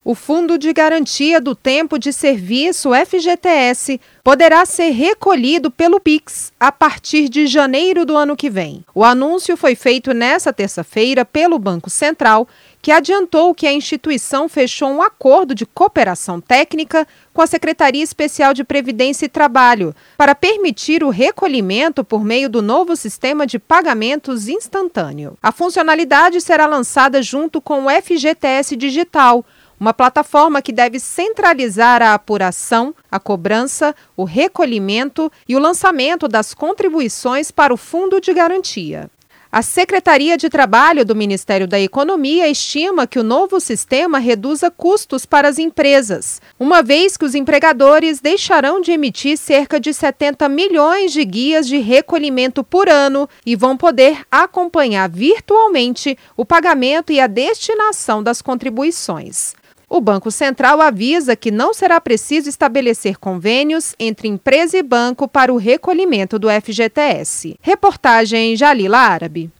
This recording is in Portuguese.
O Fundo de Garantia do Tempo de Serviço, FGTS, poderá ser recolhido pelo Pix a partir de janeiro do ano que vem. O anúncio foi feito nesta terça-feira pelo Banco Central, que adiantou que a instituição fechou um acordo de cooperação técnica com a Secretaria Especial de Previdência e Trabalho para permitir o recolhimento por meio do novo sistema de pagamentos instantâneo. A funcionalidade será lançada junto com o FGTS Digital, uma plataforma que deve centralizar a apuração, a cobrança, o recolhimento e o lançamento das contribuições para o Fundo de Garantia. A Secretaria de Trabalho do Ministério da Economia estima que o novo sistema reduza custos para as empresas, uma vez que os empregadores deixarão de emitir cerca de 70 milhões de guias de recolhimento por ano e vão poder acompanhar virtualmente o pagamento e a destinação das contribuições. O Banco Central avisa que não será preciso estabelecer convênios entre empresa e banco para o recolhimento do FGTS. Reportagem Jalila Árabe.